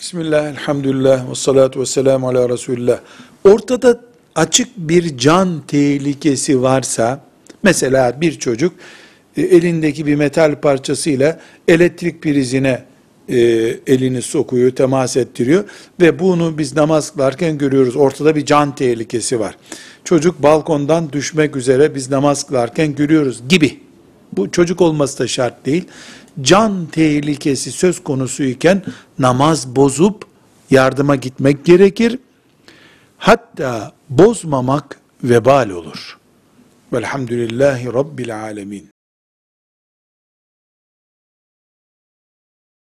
Bismillah, elhamdülillah, ve salatu ve selamu ala Resulullah. Ortada açık bir can tehlikesi varsa, mesela bir çocuk elindeki bir metal parçasıyla elektrik prizine elini sokuyor, temas ettiriyor ve bunu biz namaz kılarken görüyoruz. Ortada bir can tehlikesi var. Çocuk balkondan düşmek üzere biz namaz kılarken görüyoruz gibi. Bu çocuk olması da şart değil. Can tehlikesi söz konusuyken namaz bozup yardıma gitmek gerekir. Hatta bozmamak vebal olur. Velhamdülillahi Rabbil alemin.